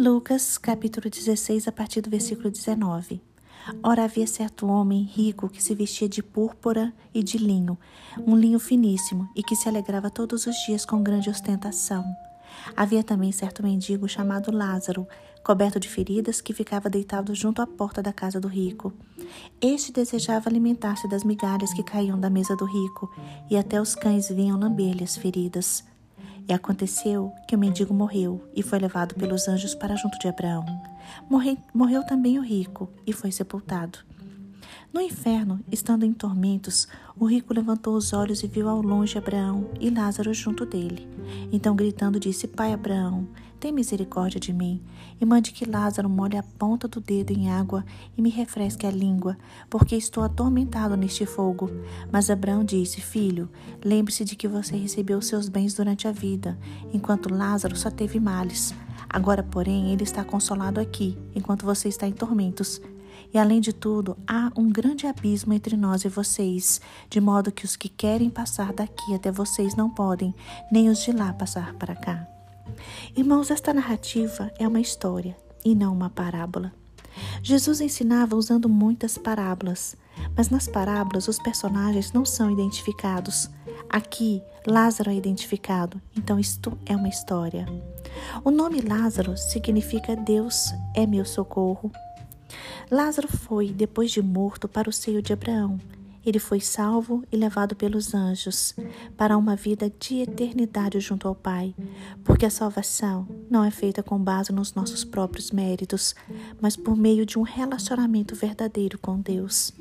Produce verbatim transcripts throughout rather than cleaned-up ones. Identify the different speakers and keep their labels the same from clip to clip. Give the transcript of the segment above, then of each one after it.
Speaker 1: Lucas, capítulo dezesseis, a partir do versículo dezenove. Ora, havia certo homem rico que se vestia de púrpura e de linho, um linho finíssimo, e que se alegrava todos os dias com grande ostentação. Havia também certo mendigo chamado Lázaro, coberto de feridas, que ficava deitado junto à porta da casa do rico. Este desejava alimentar-se das migalhas que caíam da mesa do rico, e até os cães vinham lamber-lhe as feridas. E aconteceu que o mendigo morreu e foi levado pelos anjos para junto de Abraão. Morre, morreu também o rico e foi sepultado. No inferno, estando em tormentos, o rico levantou os olhos e viu ao longe Abraão e Lázaro junto dele. Então, gritando, disse: Pai Abraão, tem misericórdia de mim, e mande que Lázaro molhe a ponta do dedo em água e me refresque a língua, porque estou atormentado neste fogo. Mas Abraão disse: Filho, lembre-se de que você recebeu seus bens durante a vida, enquanto Lázaro só teve males. Agora, porém, ele está consolado aqui, enquanto você está em tormentos. E, além de tudo, há um grande abismo entre nós e vocês, de modo que os que querem passar daqui até vocês não podem, nem os de lá passar para cá. Irmãos, esta narrativa é uma história e não uma parábola. Jesus ensinava usando muitas parábolas, mas nas parábolas os personagens não são identificados. Aqui, Lázaro é identificado, então isto é uma história. O nome Lázaro significa Deus é meu socorro. Lázaro foi, depois de morto, para o seio de Abraão. Ele foi salvo e levado pelos anjos para uma vida de eternidade junto ao Pai, porque a salvação não é feita com base nos nossos próprios méritos, mas por meio de um relacionamento verdadeiro com Deus.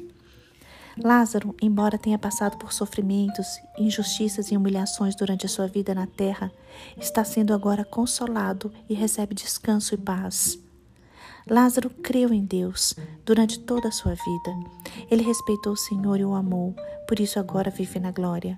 Speaker 1: Lázaro, embora tenha passado por sofrimentos, injustiças e humilhações durante a sua vida na terra, está sendo agora consolado e recebe descanso e paz. Lázaro creu em Deus durante toda a sua vida. Ele respeitou o Senhor e o amou, por isso agora vive na glória.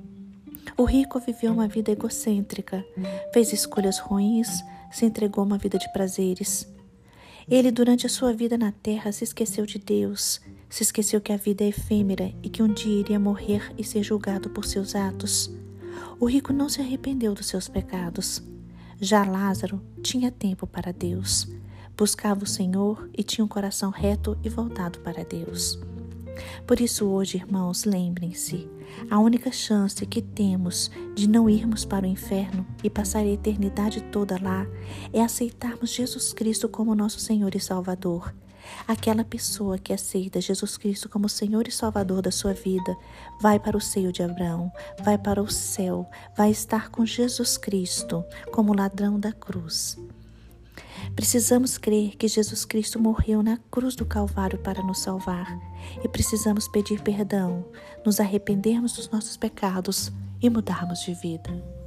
Speaker 1: O rico viveu uma vida egocêntrica, fez escolhas ruins, se entregou a uma vida de prazeres. Ele, durante a sua vida na terra, se esqueceu de Deus, se esqueceu que a vida é efêmera e que um dia iria morrer e ser julgado por seus atos. O rico não se arrependeu dos seus pecados. Já Lázaro tinha tempo para Deus. Buscava o Senhor e tinha um coração reto e voltado para Deus. Por isso hoje, irmãos, lembrem-se, a única chance que temos de não irmos para o inferno e passar a eternidade toda lá é aceitarmos Jesus Cristo como nosso Senhor e Salvador. Aquela pessoa que aceita Jesus Cristo como Senhor e Salvador da sua vida vai para o seio de Abraão, vai para o céu, vai estar com Jesus Cristo como ladrão da cruz. Precisamos crer que Jesus Cristo morreu na cruz do Calvário para nos salvar e precisamos pedir perdão, nos arrependermos dos nossos pecados e mudarmos de vida.